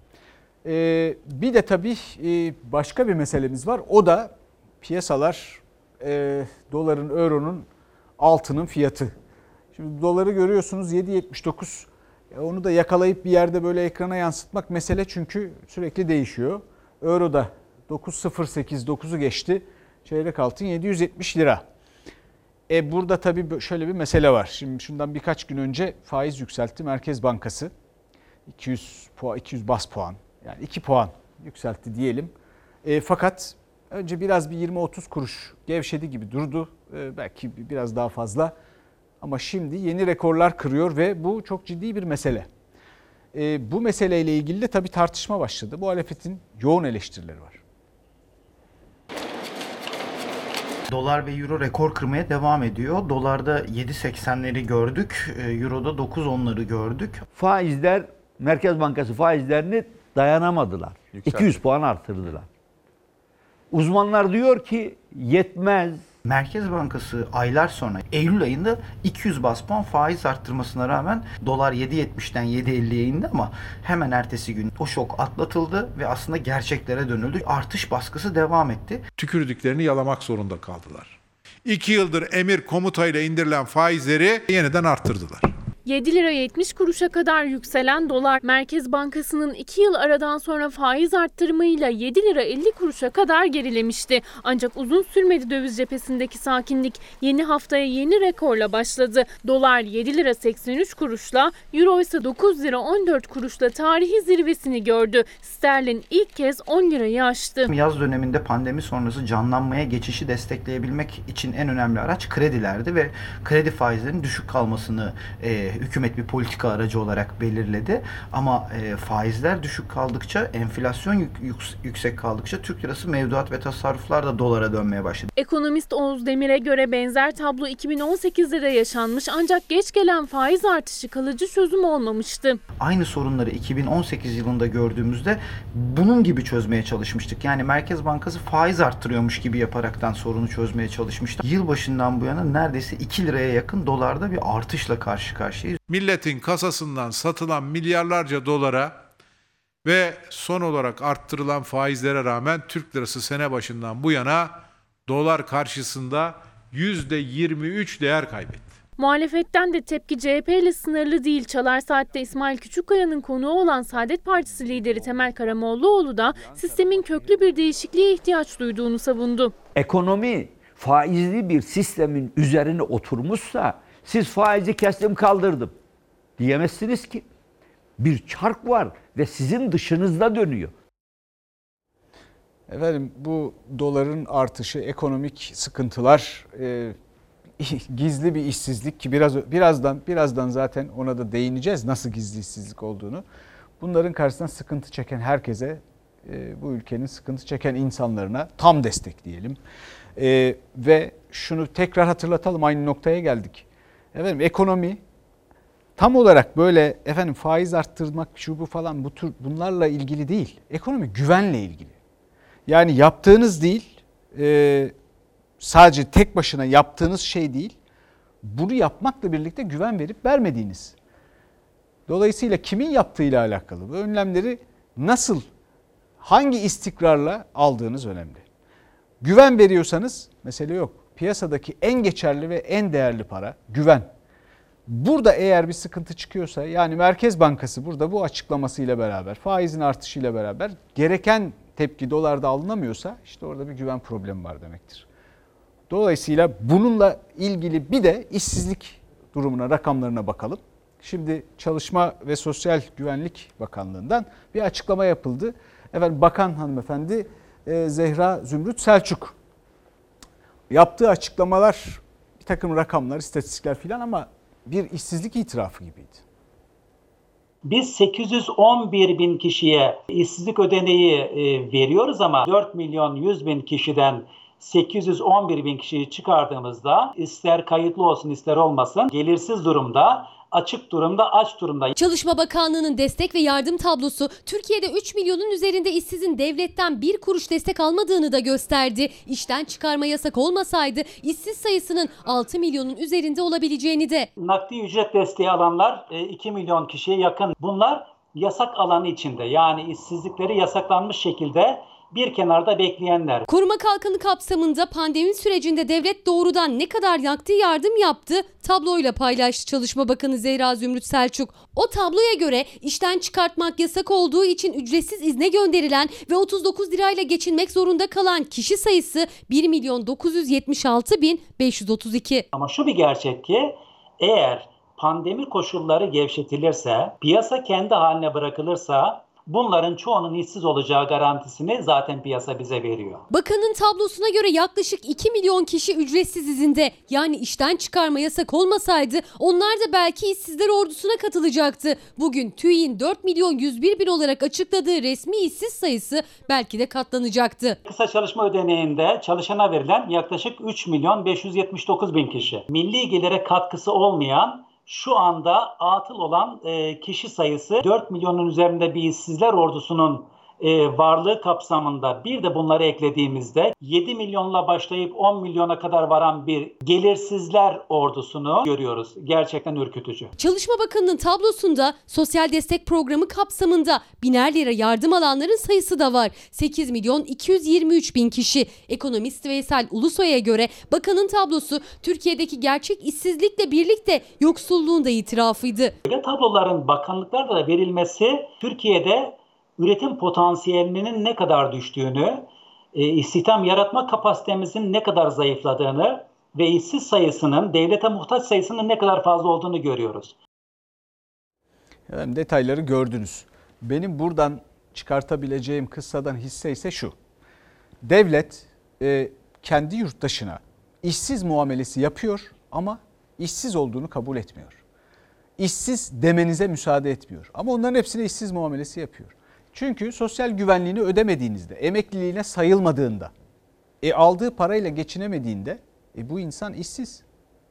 Bir de tabii başka bir meselemiz var. O da piyasalar, doların, euronun, altının fiyatı. Şimdi doları görüyorsunuz 7.79. Onu da yakalayıp bir yerde böyle ekrana yansıtmak mesele çünkü sürekli değişiyor. Euro da 9.08, 9'u geçti. Çeyrek altın 770 lira. Burada tabii şöyle bir mesele var. Şimdi şundan birkaç gün önce faiz yükseltti Merkez Bankası. 200 bas puan yani 2 puan yükseltti diyelim. Fakat önce biraz bir 20-30 kuruş gevşedi gibi durdu. Belki biraz daha fazla. Ama şimdi yeni rekorlar kırıyor ve bu çok ciddi bir mesele. Bu meseleyle ilgili de tabii tartışma başladı. Muhalefetin yoğun eleştirileri var. Dolar ve euro rekor kırmaya devam ediyor. Dolarda 7.80'leri gördük. Euro'da 9.10'ları gördük. Faizler, Merkez Bankası faizlerini dayanamadılar. 200 puan artırdılar. Uzmanlar diyor ki yetmez. Merkez Bankası aylar sonra Eylül ayında 200 bas puan faiz arttırmasına rağmen dolar 7.70'den 7.50'ye indi ama hemen ertesi gün o şok atlatıldı ve aslında gerçeklere dönüldü. Artış baskısı devam etti. Tükürdüklerini yalamak zorunda kaldılar. 2 yıldır emir komutayla indirilen faizleri yeniden arttırdılar. 7 lira 70 kuruşa kadar yükselen dolar, Merkez Bankası'nın 2 yıl aradan sonra faiz arttırımıyla 7 lira 50 kuruşa kadar gerilemişti. Ancak uzun sürmedi döviz cephesindeki sakinlik. Yeni haftaya yeni rekorla başladı. Dolar 7 lira 83 kuruşla, euro ise 9 lira 14 kuruşla tarihi zirvesini gördü. Sterlin ilk kez 10 lirayı aştı. Yaz döneminde pandemi sonrası canlanmaya geçişi destekleyebilmek için en önemli araç kredilerdi ve kredi faizlerinin düşük kalmasını hükümet bir politika aracı olarak belirledi. Ama faizler düşük kaldıkça, enflasyon yüksek kaldıkça Türk lirası mevduat ve tasarruflar da dolara dönmeye başladı. Ekonomist Oğuz Demir'e göre benzer tablo 2018'de de yaşanmış ancak geç gelen faiz artışı kalıcı çözüm olmamıştı. Aynı sorunları 2018 yılında gördüğümüzde bunun gibi çözmeye çalışmıştık. Yani Merkez Bankası faiz arttırıyormuş gibi yaparaktan sorunu çözmeye çalışmıştı. Yılbaşından bu yana neredeyse 2 liraya yakın dolarda bir artışla karşı karşıyayız. Milletin kasasından satılan milyarlarca dolara ve son olarak arttırılan faizlere rağmen Türk lirası sene başından bu yana dolar karşısında %23 değer kaybetti. Muhalefetten de tepki CHP ile sınırlı değil. Çalar Saat'te İsmail Küçükkaya'nın konuğu olan Saadet Partisi lideri Temel Karamollaoğlu da sistemin köklü bir değişikliğe ihtiyaç duyduğunu savundu. Ekonomi faizli bir sistemin üzerine oturmuşsa siz faizi kestim kaldırdım diyemezsiniz ki. Bir çark var ve sizin dışınızda dönüyor. Efendim bu doların artışı, ekonomik sıkıntılar, gizli bir işsizlik ki birazdan zaten ona da değineceğiz nasıl gizli işsizlik olduğunu. Bunların karşısında sıkıntı çeken herkese, bu ülkenin sıkıntı çeken insanlarına tam destek diyelim. Ve şunu tekrar hatırlatalım, aynı noktaya geldik. Efendim ekonomi tam olarak böyle faiz arttırmak şu bu falan bunlarla ilgili değil. Ekonomi güvenle ilgili. Yani yaptığınız değil, sadece tek başına yaptığınız şey değil. Bunu yapmakla birlikte güven verip vermediğiniz. Dolayısıyla kimin yaptığıyla alakalı. Bu önlemleri nasıl, hangi istikrarla aldığınız önemli. Güven veriyorsanız mesele yok. Piyasadaki en geçerli ve en değerli para güven. Burada eğer bir sıkıntı çıkıyorsa, yani Merkez Bankası burada bu açıklamasıyla beraber, faizin artışıyla beraber gereken tepki dolarda alınamıyorsa işte orada bir güven problemi var demektir. Dolayısıyla bununla ilgili bir de işsizlik durumuna, rakamlarına bakalım. Şimdi Çalışma ve Sosyal Güvenlik Bakanlığı'ndan bir açıklama yapıldı. Bakan hanımefendi Zehra Zümrüt Selçuk yaptığı açıklamalar, bir takım rakamlar, istatistikler filan ama bir işsizlik itirafı gibiydi. Biz 811 bin kişiye işsizlik ödeneği veriyoruz ama 4 milyon 100 bin kişiden 811 bin kişiyi çıkardığımızda ister kayıtlı olsun ister olmasın gelirsiz durumda, açık durumda, aç durumda. Çalışma Bakanlığı'nın destek ve yardım tablosu Türkiye'de 3 milyonun üzerinde işsizin devletten bir kuruş destek almadığını da gösterdi. İşten çıkarma yasak olmasaydı işsiz sayısının 6 milyonun üzerinde olabileceğini de. Nakdi ücret desteği alanlar 2 milyon kişiye yakın. Bunlar yasak alanı içinde, yani işsizlikleri yasaklanmış şekilde bir kenarda bekleyenler. Koruma Kalkanı kapsamında pandemi sürecinde devlet doğrudan ne kadar nakdi yardım yaptı tabloyla paylaştı Çalışma Bakanı Zehra Zümrüt Selçuk. O tabloya göre işten çıkartmak yasak olduğu için ücretsiz izne gönderilen ve 39 lirayla geçinmek zorunda kalan kişi sayısı 1.976.532. Ama şu bir gerçek ki eğer pandemi koşulları gevşetilirse, piyasa kendi haline bırakılırsa bunların çoğunun işsiz olacağı garantisini zaten piyasa bize veriyor. Bakanın tablosuna göre yaklaşık 2 milyon kişi ücretsiz izinde. Yani işten çıkarma yasak olmasaydı onlar da belki işsizler ordusuna katılacaktı. Bugün TÜİK'in 4 milyon 101 bin olarak açıkladığı resmi işsiz sayısı belki de katlanacaktı. Kısa çalışma ödeneğinde çalışana verilen yaklaşık 3 milyon 579 bin kişi. Milli gelire katkısı olmayan, şu anda atıl olan kişi sayısı 4 milyonun üzerinde bir işsizler ordusunun varlığı kapsamında bir de bunları eklediğimizde 7 milyonla başlayıp 10 milyona kadar varan bir gelirsizler ordusunu görüyoruz. Gerçekten ürkütücü. Çalışma Bakanı'nın tablosunda sosyal destek programı kapsamında biner lira yardım alanların sayısı da var. 8 milyon 223 bin kişi. Ekonomist Veysel Ulusoy'a göre bakanın tablosu Türkiye'deki gerçek işsizlikle birlikte yoksulluğun da itirafıydı. Böyle tabloların bakanlıklarla da verilmesi Türkiye'de üretim potansiyelinin ne kadar düştüğünü, istihdam yaratma kapasitemizin ne kadar zayıfladığını ve işsiz sayısının, devlete muhtaç sayısının ne kadar fazla olduğunu görüyoruz. Yani detayları gördünüz. Benim buradan çıkartabileceğim kıssadan hisse ise şu. Devlet kendi yurttaşına işsiz muamelesi yapıyor ama işsiz olduğunu kabul etmiyor. İşsiz demenize müsaade etmiyor. Ama onların hepsine işsiz muamelesi yapıyor. Çünkü sosyal güvenliğini ödemediğinizde, emekliliğine sayılmadığında, aldığı parayla geçinemediğinde bu insan işsiz.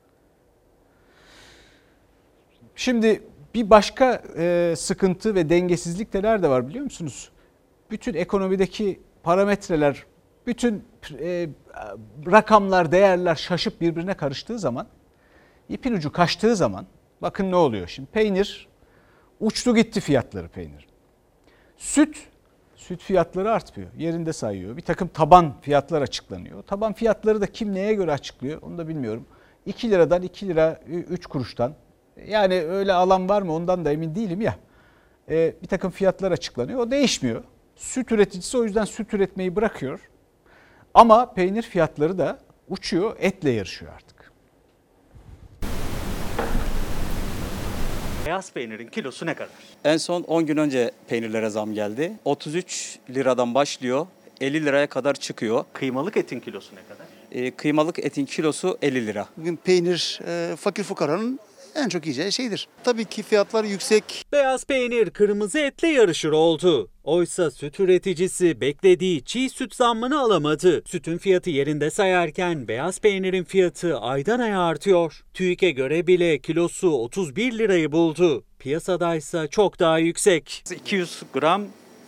Şimdi bir başka sıkıntı ve dengesizlik de nerede var biliyor musunuz? Bütün ekonomideki parametreler, bütün rakamlar, değerler şaşıp birbirine karıştığı zaman, ipin ucu kaçtığı zaman bakın ne oluyor şimdi? Peynir uçtu gitti, fiyatları peynir. Süt fiyatları artmıyor. Yerinde sayıyor. Bir takım taban fiyatlar açıklanıyor. Taban fiyatları da kim neye göre açıklıyor onu da bilmiyorum. 2 liradan 2 lira 3 kuruştan. Yani öyle alan var mı ondan da emin değilim ya. Bir takım fiyatlar açıklanıyor. O değişmiyor. Süt üreticisi o yüzden süt üretmeyi bırakıyor. Ama peynir fiyatları da uçuyor. Etle yarışıyor artık. Beyaz peynirin kilosu ne kadar? En son 10 gün önce peynirlere zam geldi. 33 liradan başlıyor, 50 liraya kadar çıkıyor. Kıymalık etin kilosu ne kadar? Kıymalık etin kilosu 50 lira. Bugün peynir fakir fukaranın en çok yiyeceği şeydir. Tabii ki fiyatlar yüksek. Beyaz peynir kırmızı etle yarışır oldu. Oysa süt üreticisi beklediği çiğ süt zammını alamadı. Sütün fiyatı yerinde sayarken beyaz peynirin fiyatı aydan aya artıyor. TÜİK'e göre bile kilosu 31 lirayı buldu. Piyasadaysa çok daha yüksek. 200 gram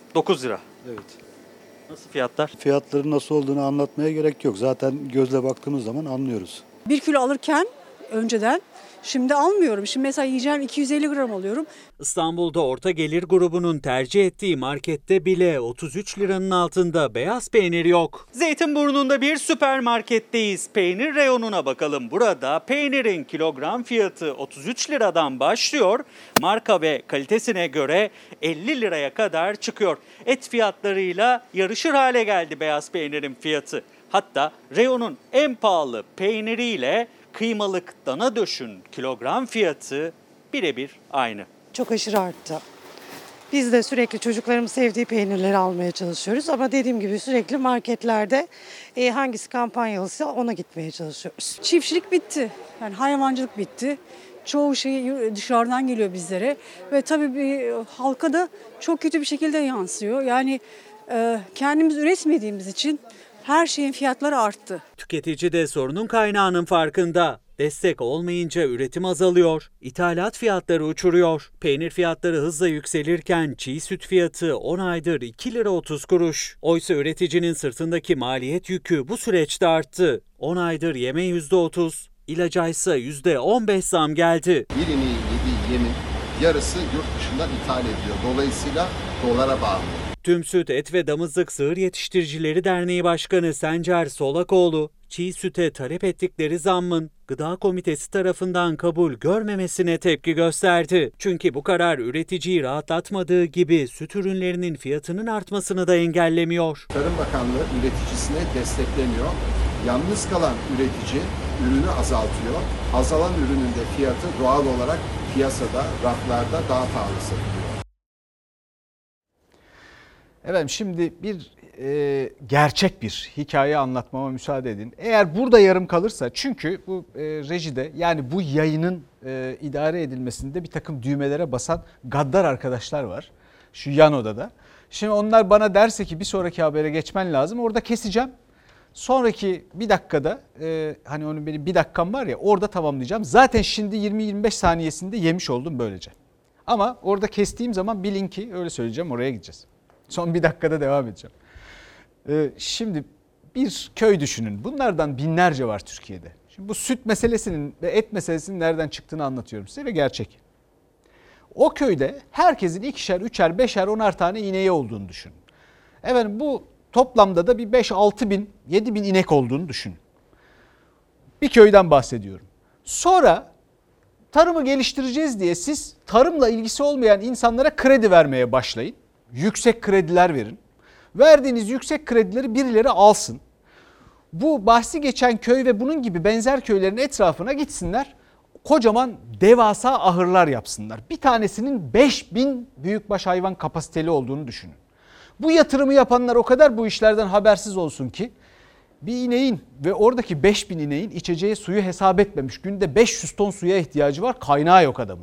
9 lira. Evet. Nasıl fiyatlar? Fiyatların nasıl olduğunu anlatmaya gerek yok. Zaten gözle baktığımız zaman anlıyoruz. 1 kilo alırken önceden şimdi almıyorum. Şimdi mesela yiyeceğim 250 gram alıyorum. İstanbul'da orta gelir grubunun tercih ettiği markette bile 33 liranın altında beyaz peynir yok. Zeytinburnu'nda bir süpermarketteyiz. Peynir reyonuna bakalım. Burada peynirin kilogram fiyatı 33 liradan başlıyor. Marka ve kalitesine göre 50 liraya kadar çıkıyor. Et fiyatlarıyla yarışır hale geldi beyaz peynirin fiyatı. Hatta reyonun en pahalı peyniriyle kıymalık dana döşün kilogram fiyatı birebir aynı. Çok aşırı arttı. Biz de sürekli çocuklarımın sevdiği peynirleri almaya çalışıyoruz. Ama dediğim gibi sürekli marketlerde hangisi kampanyalıysa ona gitmeye çalışıyoruz. Çiftçilik bitti. Yani hayvancılık bitti. Çoğu şey dışarıdan geliyor bizlere. Ve tabii halka da çok kötü bir şekilde yansıyor. Yani kendimiz üretmediğimiz için her şeyin fiyatları arttı. Tüketici de sorunun kaynağının farkında. Destek olmayınca üretim azalıyor, ithalat fiyatları uçuruyor. Peynir fiyatları hızla yükselirken çiğ süt fiyatı 10 aydır 2 lira 30 kuruş. Oysa üreticinin sırtındaki maliyet yükü bu süreçte arttı. 10 aydır yeme %30, ilaca ise %15 zam geldi. Bir ineği yediği yemin yarısı yurt dışından ithal ediliyor. Dolayısıyla dolara bağlı. Tüm Süt, Et ve Damızlık Sığır Yetiştiricileri Derneği Başkanı Sencer Solakoğlu, çiğ süte talep ettikleri zammın Gıda Komitesi tarafından kabul görmemesine tepki gösterdi. Çünkü bu karar üreticiyi rahatlatmadığı gibi süt ürünlerinin fiyatının artmasını da engellemiyor. Tarım Bakanlığı üreticisine desteklemiyor. Yalnız kalan üretici ürünü azaltıyor. Azalan ürünün de fiyatı doğal olarak piyasada, raflarda daha pahalı satılıyor. Efendim şimdi bir gerçek bir hikaye anlatmama müsaade edin. Eğer burada yarım kalırsa, çünkü bu rejide, yani bu yayının idare edilmesinde bir takım düğmelere basan gaddar arkadaşlar var. Şu yan odada. Şimdi onlar bana derse ki bir sonraki habere geçmen lazım, orada keseceğim. Sonraki bir dakikada hani onun benim bir dakikam var ya, orada tamamlayacağım. Zaten şimdi 20-25 saniyesinde yemiş oldum böylece. Ama orada kestiğim zaman bilin ki, öyle söyleyeceğim, oraya gideceğiz. Son bir dakikada devam edeceğim. Şimdi bir köy düşünün. Bunlardan binlerce var Türkiye'de. Şimdi bu süt meselesinin ve et meselesinin nereden çıktığını anlatıyorum size ve gerçek. O köyde herkesin 2'şer, 3'er, 5'er, 10'ar tane ineği olduğunu düşünün. Efendim bu toplamda da bir 5-6 bin, 7 bin inek olduğunu düşünün. Bir köyden bahsediyorum. Sonra tarımı geliştireceğiz diye siz tarımla ilgisi olmayan insanlara kredi vermeye başlayın. Yüksek krediler verin. Verdiğiniz yüksek kredileri birileri alsın. Bu bahsi geçen köy ve bunun gibi benzer köylerin etrafına gitsinler. Kocaman devasa ahırlar yapsınlar. Bir tanesinin 5000 büyükbaş hayvan kapasiteli olduğunu düşünün. Bu yatırımı yapanlar o kadar bu işlerden habersiz olsun ki bir ineğin ve oradaki 5000 ineğin içeceği suyu hesap etmemiş. Günde 500 ton suya ihtiyacı var, kaynağı yok adamın.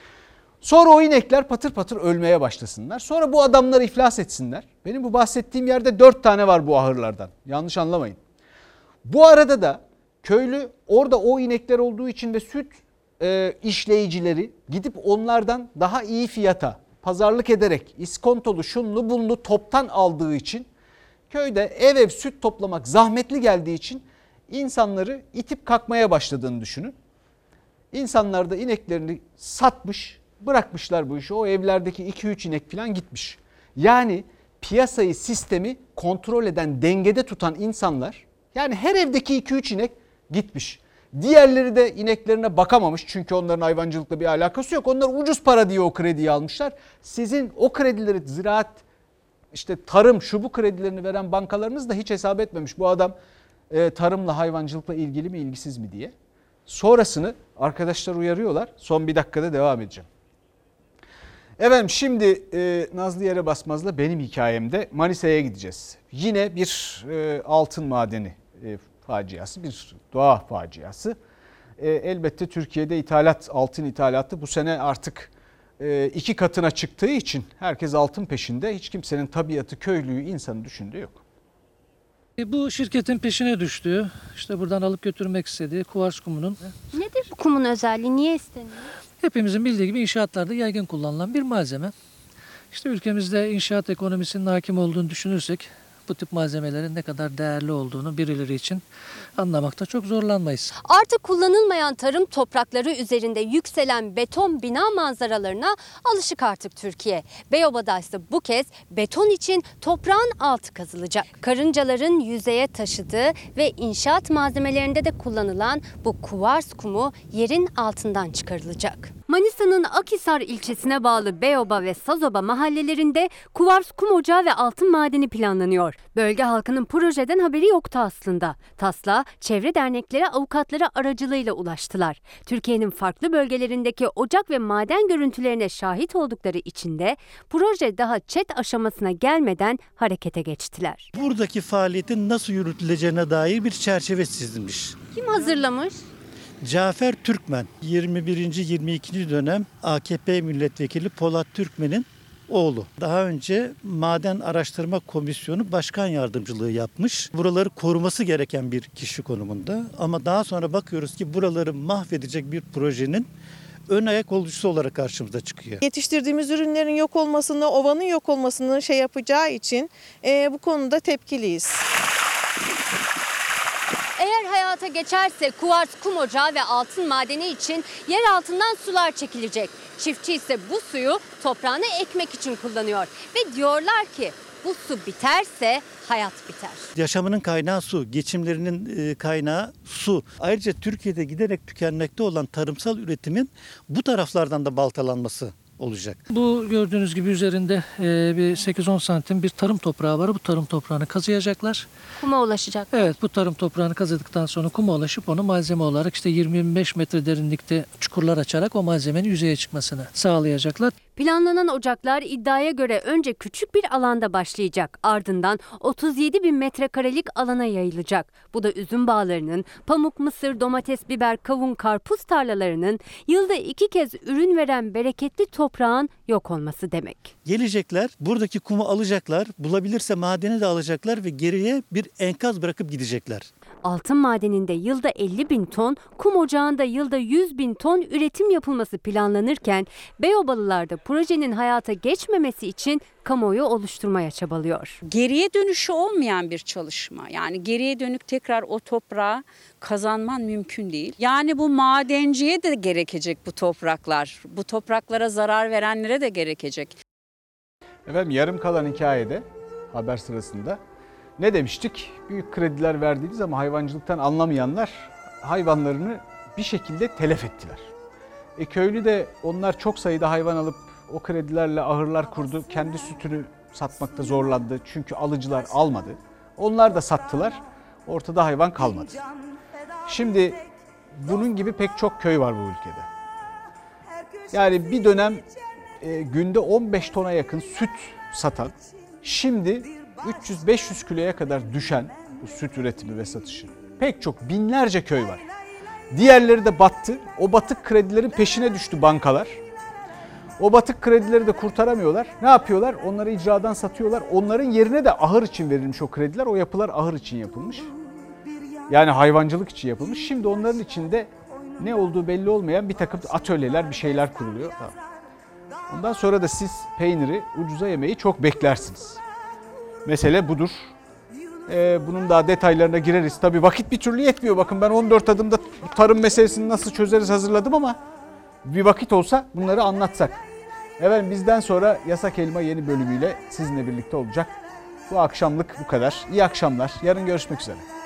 Sonra o inekler patır patır ölmeye başlasınlar. Sonra bu adamlar iflas etsinler. Benim bu bahsettiğim yerde 4 tane var bu ahırlardan. Yanlış anlamayın. Bu arada da köylü orada o inekler olduğu için ve süt işleyicileri gidip onlardan daha iyi fiyata pazarlık ederek iskontolu şunlu bunlu toptan aldığı için köyde ev süt toplamak zahmetli geldiği için insanları itip kalkmaya başladığını düşünün. İnsanlar da ineklerini satmış, bırakmışlar bu işi. O evlerdeki 2-3 inek falan gitmiş. Yani piyasayı, sistemi kontrol eden, dengede tutan insanlar, yani her evdeki 2-3 inek gitmiş. Diğerleri de ineklerine bakamamış çünkü onların hayvancılıkla bir alakası yok. Onlar ucuz para diye o krediyi almışlar. Sizin o kredileri ziraat, işte tarım, şu bu kredilerini veren bankalarınız da hiç hesap etmemiş. Bu adam tarımla, hayvancılıkla ilgili mi, ilgisiz mi diye. Sonrasını arkadaşlar uyarıyorlar. Son bir dakikada devam edeceğim. Efendim şimdi Nazlı Yere Basmaz'la benim hikayemde Manisa'ya gideceğiz. Yine bir altın madeni faciası, bir doğa faciası. Elbette Türkiye'de altın ithalatı bu sene artık 2 katına çıktığı için herkes altın peşinde. Hiç kimsenin tabiatı, köylüyü, insanı düşündüğü yok. Bu şirketin peşine düştüğü, işte buradan alıp götürmek istediği kuvars kumunun. Nedir bu kumun özelliği? Niye isteniyor? Hepimizin bildiği gibi inşaatlarda yaygın kullanılan bir malzeme. İşte ülkemizde inşaat ekonomisinin hakim olduğunu düşünürsek bu tip malzemelerin ne kadar değerli olduğunu birileri için anlamakta çok zorlanmayız. Artık kullanılmayan tarım toprakları üzerinde yükselen beton bina manzaralarına alışık artık Türkiye. Beyoba'da ise bu kez beton için toprağın altı kazılacak. Karıncaların yüzeye taşıdığı ve inşaat malzemelerinde de kullanılan bu kuvars kumu yerin altından çıkarılacak. Manisa'nın Akhisar ilçesine bağlı Beyoba ve Sazoba mahallelerinde kuvars kum ocağı ve altın madeni planlanıyor. Bölge halkının projeden haberi yoktu aslında. Taslağa çevre dernekleri avukatları aracılığıyla ulaştılar. Türkiye'nin farklı bölgelerindeki ocak ve maden görüntülerine şahit oldukları için de proje daha ÇED aşamasına gelmeden harekete geçtiler. Buradaki faaliyetin nasıl yürütüleceğine dair bir çerçeve çizilmiş. Kim hazırlamış? Cafer Türkmen, 21. 22. dönem AKP milletvekili Polat Türkmen'in oğlu. Daha önce Maden Araştırma Komisyonu Başkan Yardımcılığı yapmış. Buraları koruması gereken bir kişi konumunda. Ama daha sonra bakıyoruz ki buraları mahvedecek bir projenin ön ayak olucusu olarak karşımıza çıkıyor. Yetiştirdiğimiz ürünlerin yok olmasını, ovanın yok olmasını yapacağı için bu konuda tepkiliyiz. Eğer hayata geçerse kuvars kum ocağı ve altın madeni için yer altından sular çekilecek. Çiftçi ise bu suyu toprağına ekmek için kullanıyor. Ve diyorlar ki bu su biterse hayat biter. Yaşamının kaynağı su, geçimlerinin kaynağı su. Ayrıca Türkiye'de giderek tükenmekte olan tarımsal üretimin bu taraflardan da baltalanması olacak. Bu gördüğünüz gibi üzerinde bir 8-10 santim bir tarım toprağı var. Bu tarım toprağını kazıyacaklar. Kuma ulaşacak. Evet, bu tarım toprağını kazıdıktan sonra kuma ulaşıp onu malzeme olarak işte 25 metre derinlikte çukurlar açarak o malzemenin yüzeye çıkmasını sağlayacaklar. Planlanan ocaklar iddiaya göre önce küçük bir alanda başlayacak, ardından 37 bin metrekarelik alana yayılacak. Bu da üzüm bağlarının, pamuk, mısır, domates, biber, kavun, karpuz tarlalarının yılda 2 kez ürün veren bereketli toprağın yok olması demek. Gelecekler, buradaki kumu alacaklar, bulabilirse madeni de alacaklar ve geriye bir enkaz bırakıp gidecekler. Altın madeninde yılda 50 bin ton, kum ocağında yılda 100 bin ton üretim yapılması planlanırken Beyobalılar da projenin hayata geçmemesi için kamuoyu oluşturmaya çabalıyor. Geriye dönüşü olmayan bir çalışma. Yani geriye dönük tekrar o toprağı kazanman mümkün değil. Yani bu madenciye de gerekecek bu topraklar. Bu topraklara zarar verenlere de gerekecek. Efendim yarım kalan hikayede haber sırasında ne demiştik? Büyük krediler verdiğiniz ama hayvancılıktan anlamayanlar hayvanlarını bir şekilde telef ettiler. Köylü de onlar çok sayıda hayvan alıp o kredilerle ahırlar kurdu. Kendi sütünü satmakta zorlandı çünkü alıcılar almadı. Onlar da sattılar. Ortada hayvan kalmadı. Şimdi bunun gibi pek çok köy var bu ülkede. Yani bir dönem günde 15 tona yakın süt satan, şimdi 300-500 kiloya kadar düşen bu süt üretimi ve satışı pek çok binlerce köy var. Diğerleri de battı. O batık kredilerin peşine düştü bankalar. O batık kredileri de kurtaramıyorlar. Ne yapıyorlar? Onları icradan satıyorlar. Onların yerine de ahır için verilmiş o krediler. O yapılar ahır için yapılmış. Yani hayvancılık için yapılmış. Şimdi onların içinde ne olduğu belli olmayan bir takım atölyeler, bir şeyler kuruluyor. Ondan sonra da siz peyniri ucuza yemeyi çok beklersiniz. Mesele budur. Bunun daha detaylarına gireriz. Tabii vakit bir türlü yetmiyor. Bakın ben 14 adımda tarım meselesini nasıl çözeriz hazırladım ama bir vakit olsa bunları anlatsak. Efendim bizden sonra Yasak Elma yeni bölümüyle sizinle birlikte olacak. Bu akşamlık bu kadar. İyi akşamlar. Yarın görüşmek üzere.